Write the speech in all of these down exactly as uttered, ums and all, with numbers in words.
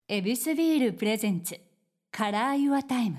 エビスビールプレゼンツカラーユアタイム。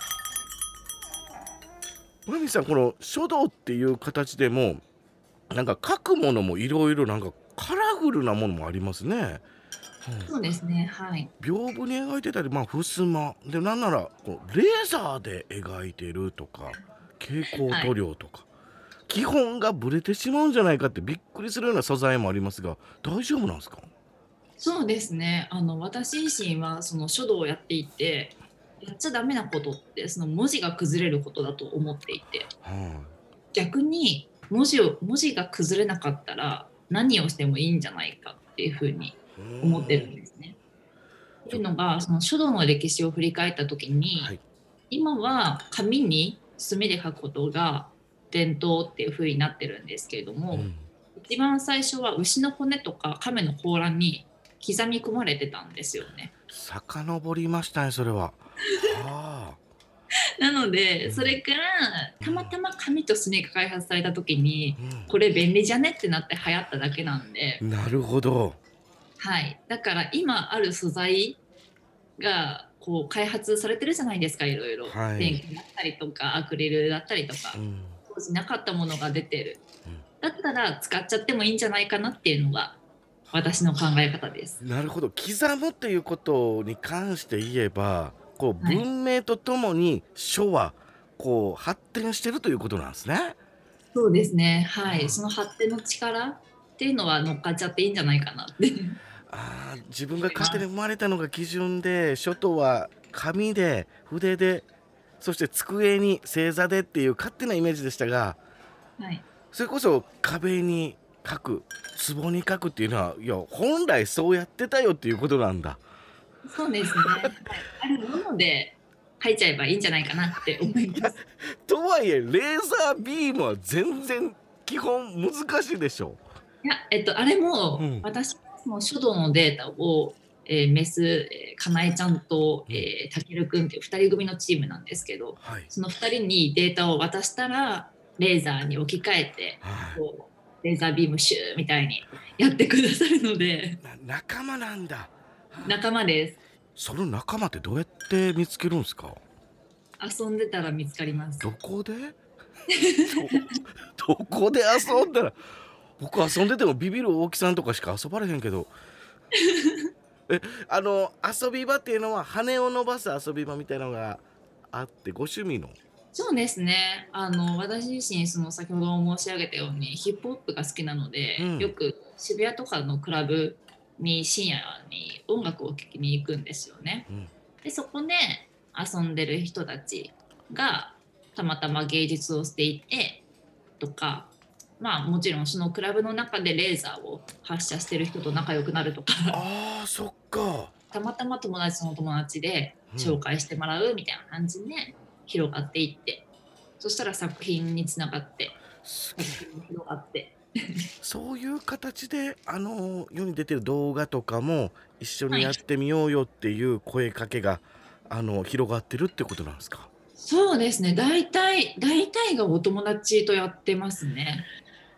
マミさん、この書道っていう形でもなんか書くものもいろいろなんかカラフルなものもありますね。 そうですね、はい。 屏風に描いてたり、まあ襖で、なんならこうレーザーで描いてるとか蛍光塗料とか、基本がブレてしまうんじゃないかってびっくりするような素材もありますが、大丈夫なんですか？ そうですね。あの私自身はその書道をやっていて、やっちゃダメなことってその文字が崩れることだと思っていて、 は逆に文字を文字が崩れなかったら何をしてもいいんじゃないかっていうふうにい。う思ってるーんんですね。とちょいうのが、その書道の歴史を振り返った時に、 はい。 今は紙に墨で書くことが伝統っていう風になってるんですけれども、 うん。 一番最初は牛の骨とか亀の甲羅に刻み込まれてたんですよね。 遡りましたね、それは。はあ。 なのでそうんれからたまたま紙と墨が開発された時にうこれ便利じゃねってなって流行っただけなんで、 ん、なるほど。 はい、だから今ある素材がこう開発されてるじゃないですか。いろいろはい。 ペンキだったりとかアクリルだったりとか、 うん。 当時なかったものが出てる。 うんだったら使っちゃってもいいんじゃないかなっていうのが私の考え方です。 なるほど。刻むということに関して言えば、こうはい、 文明とともに書はこう発展してるということなんですね。 そうですね。はい、 あその発展の力っていうのは乗っかっちゃっていいんじゃないかなってあー、自分思が勝手にいます。 生まれたのが基準で、書とは紙で筆で、そして机に正座でっていう勝手なイメージでしたが、 はい、 それこそ壁に書く、壺に書くっていうのは、いや本来そうやってたよっていうことなんだ。 そうですね。はい、あるもので書いちゃえばいいんじゃないかなって思います。 とはいえレーザービームは全然基本難しいでしょいや、えっと、あれう。うもん。 私はその書道のデータを、えーメス、えーかなえちゃんと、 うん。 えーたけるくんっていうふたり組のチームなんですけど、 はい。 そのふたりにデータを渡したらレーザーに置き換えてはい。 こうレーザービームシューみたいにやってくださるのでな仲間なんだ。はあ、 仲間です。 その仲間ってどうやって見つけるんですか？ 遊んでたら見つかります。 どこでどどこで遊んだら、僕遊んでてもビビる大木さんとかしか遊ばれへんけど、え、あの遊び場っていうのは羽を伸ばす遊び場みたいなのがあって、ご趣味の。 そうですね。あの私自身その先ほど申し上げたようにヒップホップが好きなので、ようん。 く渋谷とかのクラブに深夜に音楽を聴きに行くんですよね。 うん。 でそこで遊んでる人たちがたまたま芸術をしていてとか、まあもちろんそのクラブの中でレーザーを発射してる人と仲良くなるとかああ、そっか。 たまたま友達の友達でうん。 紹介してもらうみたいな感じで広がっていって、そしたら作品につながってすげえ。 作品も広がって。 そういう形であの世に出てる動画とかも一緒はい、 にやってみようよっていう声かけがあの広がってるってことなんですか？ そうですね。大体大体がお友達とやってますね。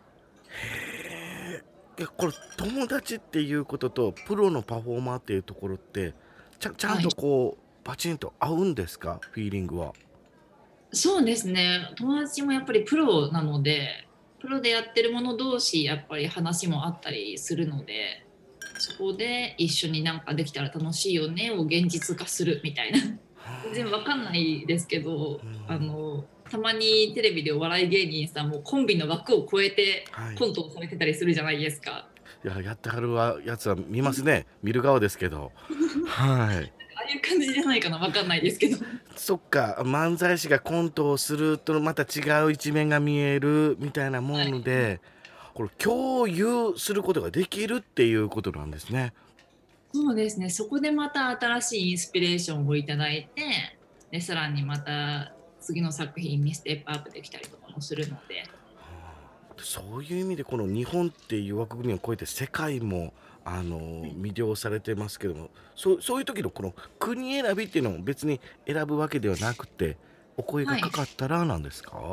へえ。え、これ友達っていうこととプロのパフォーマーっていうところってちゃちゃんはい。 とこうパチンと合うんですか？フィーリングは。 そうですね。友達もやっぱりプロなので、プロでやってる者同士やっぱり話もあったりするので、そこで一緒になんかできたら楽しいよねを現実化するみたいな。全然わかんないですけど、 うん。 あのたまにテレビでお笑い芸人さんもコンビの枠を超えてはい。 コントをされてたりするじゃないですか。 いや、やってはるわやつは見ますね。見る側ですけど。はい。 ああいう感じじゃないかな、わかんないですけど。 そっか、漫才師がコントをするとまた違う一面が見えるみたいなもはい。 ので、これ共有することができるっていうことなんですね。 そうですね。そこでまた新しいインスピレーションをいただいて、で、さらにまた次の作品にステップアップできたりとかもするので、 そういう意味でこの日本っていう枠組みを超えて世界もあの魅了されてますけども、そうそういう時のこの国選びっていうのも別に選ぶわけではなくて、お声がはい。 かかったらなんですか？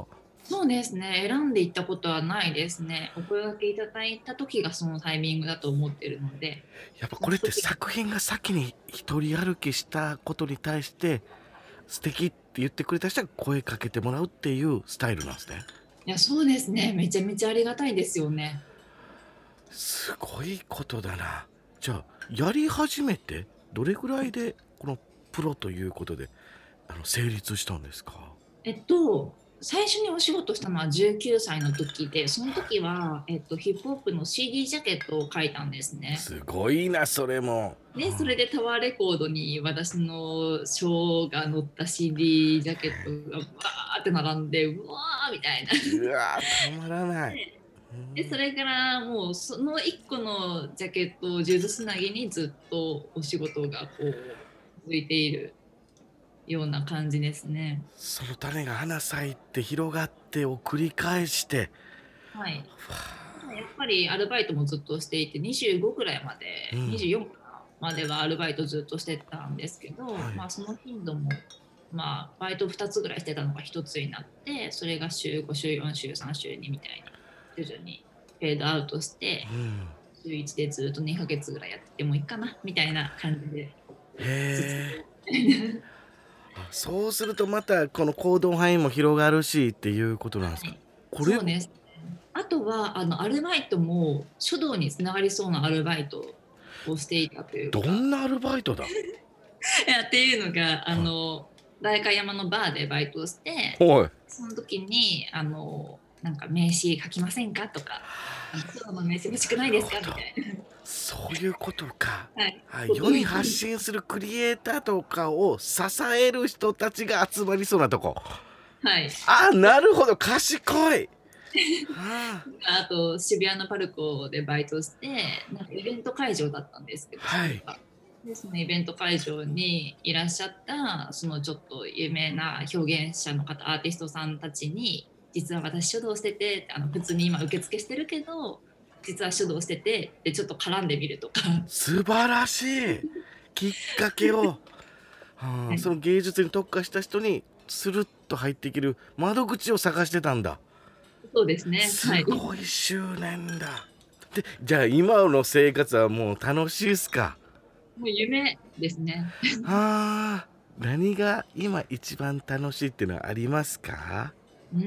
そうですね、選んでいったことはないですね。お声掛けいただいた時がそのタイミングだと思ってるので、 やっぱこれってその時作品が先に一人歩きしたことに対して素敵って言ってくれた人が声かけてもらうっていうスタイルなんですね。 いや、そうですね、めちゃめちゃありがたいですよね。 すごいことだな。じゃあやり始めてどれぐらいでこのプロということであの成立したんですか？ えっと、最初にお仕事したのはじゅうきゅうさいの時で、その時は、えっと、ヒップホップの シーディー ジャケットを書いたんですね。 すごいなそれも。 で、それでタワーレコードに私のショーが載った シーディー ジャケットがバーって並んで、うわーみたいな。 うわーたまらない。 で、それからもうそのいっこのジャケットを数珠つなぎにずっとお仕事がこう続いているような感じですね。 その種が花咲いて広がってを繰り返して、 はい。やっぱりアルバイトもずっとしていてにじゅうごくらいまで、 うんにじゅうよんかなまではアルバイトずっとしてたんですけど、 はいまあその頻度もまあバイトふたつぐらいしてたのがひとつになって、それが週ご、週よん、週さん、週にみたいに徐々にフェードアウトしてうん、 週いちでずっとにかげつぐらいやっててもいいかなみたいな感じで。 へえ。あそうするとまたこの行動範囲も広がるしっていうことなんですか？ はい、 これそうです。あとはあのアルバイトも書道につながりそうなアルバイトをしていたというか。 どんなアルバイトだ？ いやっていうのがあの代官山のバーでバイトをして、 はい。 その時にあのなんか名刺書きませんかとか、あの書道の名刺欲しくないですかみたいそういうことか。 な。はい。 はい、世に発信するクリエイターとかを支える人たちが集まりそうなとこ。 はい。 あ、なるほど、賢い。ああと渋谷のパルコでバイトしてなんかイベント会場だったんですけど、 はいそれがでそのイベント会場にいらっしゃったそのちょっと有名な表現者の方アーティストさんたちに実は私書道しててあの普通に今受付してるけど実は書道しててでちょっと絡んでみるとか。 素晴らしい。きっかけを、はあはい、 その芸術に特化した人にスルッと入っていける窓口を探してたんだ。 そうですね。 すはい。 ごい執念だ。で、じゃあ今の生活はもう楽しいっすか？ もう夢ですね。 ああ、何が今一番楽しいっていうのはありますか？ うん、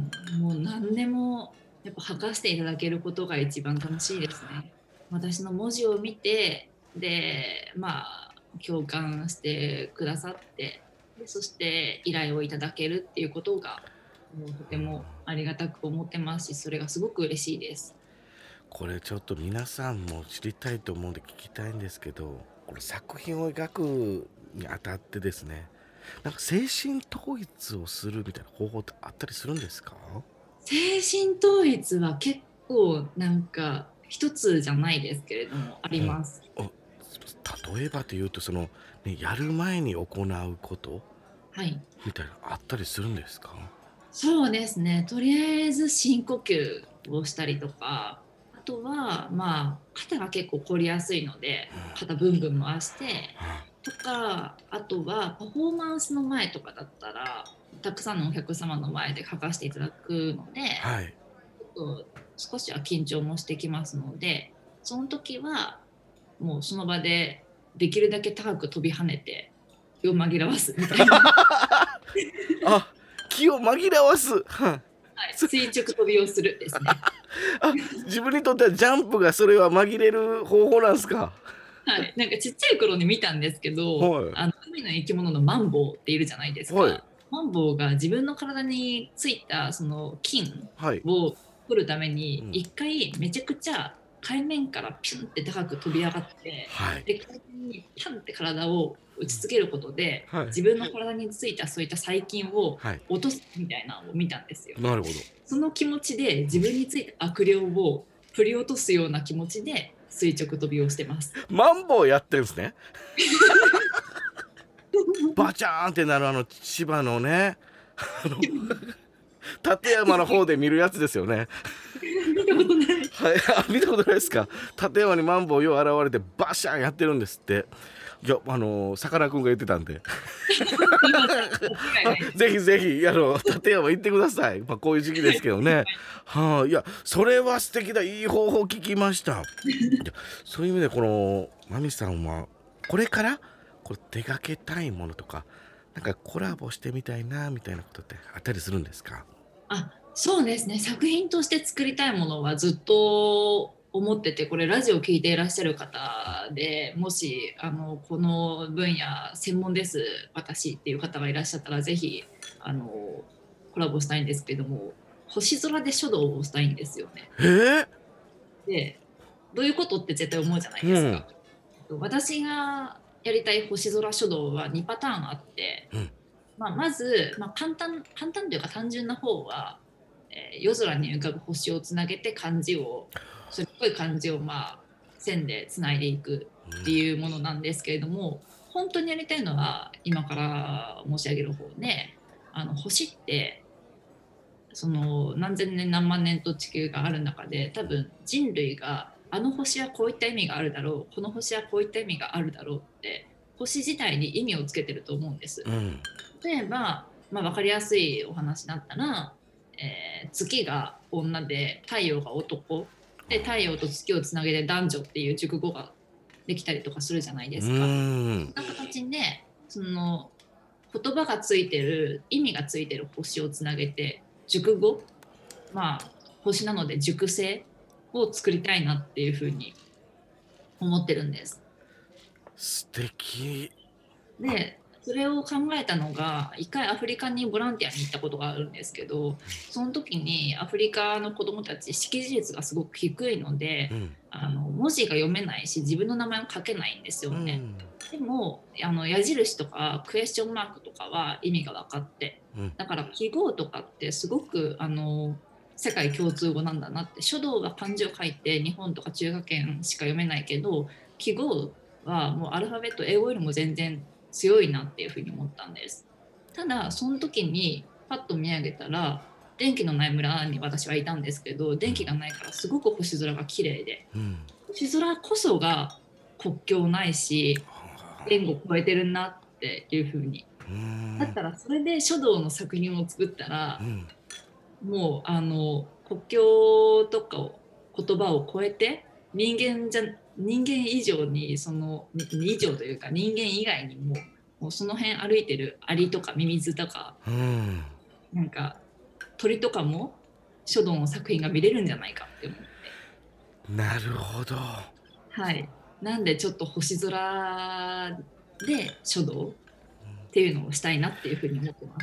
もう何でもやっぱ書かせていただけることが一番楽しいですね。私の文字を見て、で、まあ共感してくださって、でそして依頼をいただけるっていうことがもうとてもありがたく思ってますし、それがすごく嬉しいです。 これちょっと皆さんも知りたいと思うんで聞きたいんですけど、これ作品を描くにあたってですね、なんか精神統一をするみたいな方法ってあったりするんですか？ 精神統一は結構なんか一つじゃないですけれどもあります。 あ、例えばというとその、ね、やる前に行うことはい。 みたいなのあったりするんですか？ そうですね。とりあえず深呼吸をしたりとか、あとはまあ肩が結構凝りやすいので、肩ブンブン回してとか、あとはパフォーマンスの前とかだったら、たくさんのお客様の前で書かせていただくので、 はい。 ちょっと少しは緊張もしてきますので、その時はもうその場でできるだけ高く飛び跳ねて気を紛らわすみたいな。 あ、気を紛らわす。ははい、垂直飛びをするですね。 あ、自分にとってはジャンプがそれは紛れる方法なんですか？ はい、なんかちっちゃい頃に見たんですけど、 はいあの海の生き物のマンボウっているじゃないですか。 はいマンボウが自分の体についたその菌はい。 を取るためにうん一回めちゃくちゃ海面からピュンって高く飛び上がってはいで海面にパンって体を打ちつけることで、 はい自分の体についたそういった細菌をはい。 落とすみたいなのを見たんですよ。 なるほど。 その気持ちで自分についた悪霊を振り落とすような気持ちで垂直跳びをしてます。 マンボウやってるんですね。バチャーンってなるあの千葉のね、あの館山の方で見るやつですよね。 見たことない。 はい、あ、見たことないですか？館山にマンボウよう現れてバシャーンやってるんですって。 いやあのさかなクンが言ってたんで間違いないぜひぜひあの立山行ってください。まあこういう時期ですけどね。はあ、いやそれは素敵だ、いい方法聞きました。いやそういう意味でこのまみさんはこれからこれ手掛けたいものとかなんかコラボしてみたいなみたいなことってあったりするんですか？ あ、そうですね。作品として作りたいものはずっと思ってて、これラジオ聞いていらっしゃる方でもしあのこの分野専門です私っていう方がいらっしゃったらぜひあのコラボしたいんですけども、星空で書道をしたいんですよね。 えー、 でどういうことって絶対思うじゃないですか。私がやりたい星空書道はにパターンあって、 うんまあ、まず、まあ、簡単簡単というか単純な方は、えー夜空に浮かぶ星をつなげて漢字をそれっぽい漢字をまあ線でつないでいくっていうものなんですけれども、本当にやりたいのは今から申し上げる方で、あの星ってその何千年何万年と地球がある中で多分人類があの星はこういった意味があるだろう、この星はこういった意味があるだろうって星自体に意味をつけてると思うんです。 うん例えば、まあ、分かりやすいお話だったら、えー月が女で太陽が男で太陽と月をつなげて男女っていう熟語ができたりとかするじゃないでうすか。そんんな形でその言葉がついてる意味がついてる星をつなげて熟語、まあ星なので熟成を作りたいなっていうふうに思ってるんです。 素敵。 でそれを考えたのが一回アフリカにボランティアに行ったことがあるんですけど、その時にアフリカの子どもたち識字率がすごく低いので、 うんあの文字が読めないし自分の名前を書けないんですようね。 んでもあの矢印とかクエスチョンマークとかは意味が分かって、 うんだから記号とかってすごくあの世界共通語なんだなって。書道は漢字を書いて日本とか中華圏しか読めないけど、記号はもうアルファベット英語よりも全然強いなっていうふうに思ったんです。ただその時にパッと見上げたら電気のない村に私はいたんですけど、電気がないからすごく星空が綺麗で、 うん星空こそが国境ないし言語超えてるなっていうふうに。 うんだったらそれで書道の作品を作ったらうんもうあの国境とかを言葉を超えて人間じゃ人間以上にそのに以上というか人間以外にももうその辺歩いてるアリとかミミズとかうんなんか鳥とかも書道の作品が見れるんじゃないかって思って、 なるほど。 はい、なんでちょっと星空で書道っていうのをしたいなっていうふうに思ってます。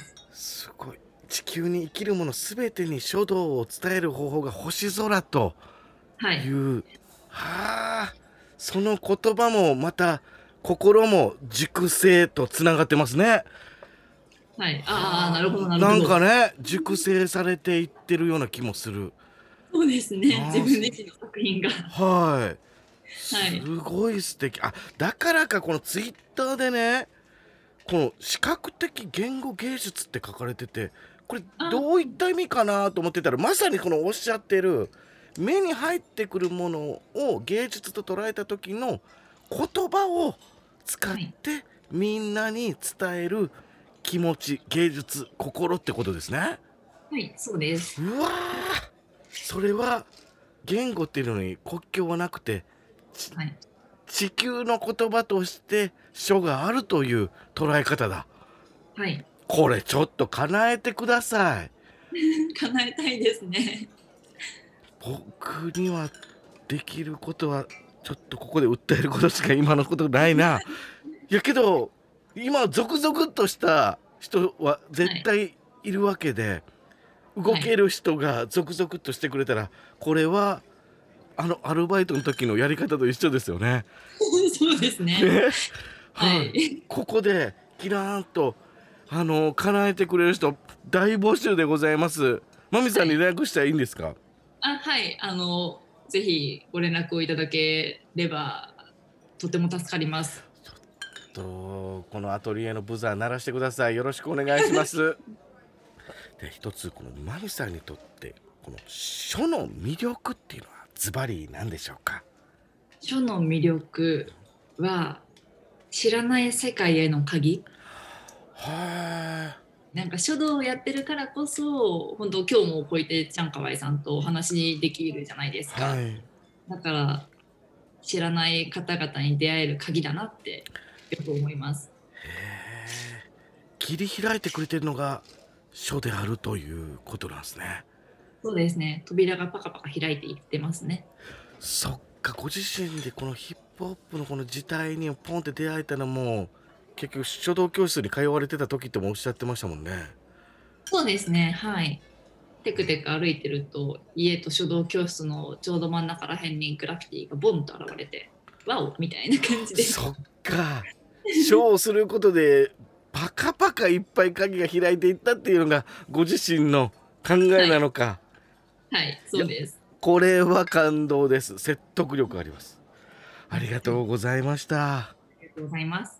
すごい。地球に生きるものすべてに書道を伝える方法が星空とはい、 いう、はあ、その言葉もまた心も熟成とつながってますね。 はい、ああなるほどなるほど。 なんかね熟成されていってるような気もする。 そうですね、 あー自分自身の作品が。 はいはいすごい素敵。あ、だからかこのツイッターでねこの視覚的言語芸術って書かれてて、これあどういった意味かなと思ってたらまさにこのおっしゃってる目に入ってくるものを芸術と捉えた時の言葉を使ってみんなに伝える気持ち、芸術、心ってことですね。 はい、そうです。 うわー、それは言語っていうのに国境はなくてはい、 地球の言葉として書があるという捉え方だ。 はい、 これちょっと叶えてください。 叶えたいですね。 僕にはできることはちょっとここで訴えることしか今のことないな。いやけど今続々とした人は絶対いるわけで、動ける人が続々としてくれたらこれはあのアルバイトの時のやり方と一緒ですよね。 そうですね。 ねははいい、ここでキラーンとあの叶えてくれる人大募集でございます。まみさんに連絡したらいいんですか？ あ、はい、あのぜひご連絡をいただければとても助かります。 とこのアトリエのブザー鳴らしてください。よろしくお願いします。で一つこのまみさんにとってこの書の魅力っていうのはズバリ何でしょうか？ 書の魅力は知らない世界への鍵。 はなんか書道をやってるからこそ本当今日も小出ちゃんかわいさんとお話できるじゃないですか、 はい。 だから知らない方々に出会える鍵だなってよく思います。 切り開いてくれてるのが書であるということなんですね。 そうですね、扉がパカパカ開いていってますね。 そっか、ご自身でこのヒップホップのこの時代にポンって出会えたのも結局書道教室に通われてた時ってもおっしゃってましたもんね。 そうですね、はい。テクテク歩いてると家と書道教室のちょうど真ん中ら辺にグラフィティがボンと現れてワオみたいな感じでそっか、書をすることでパカパカいっぱい鍵が開いていったっていうのがご自身の考えなのか。 はい、 いや、 そうです。 これは感動です。説得力あります。ありがとうございました。 ありがとうございます。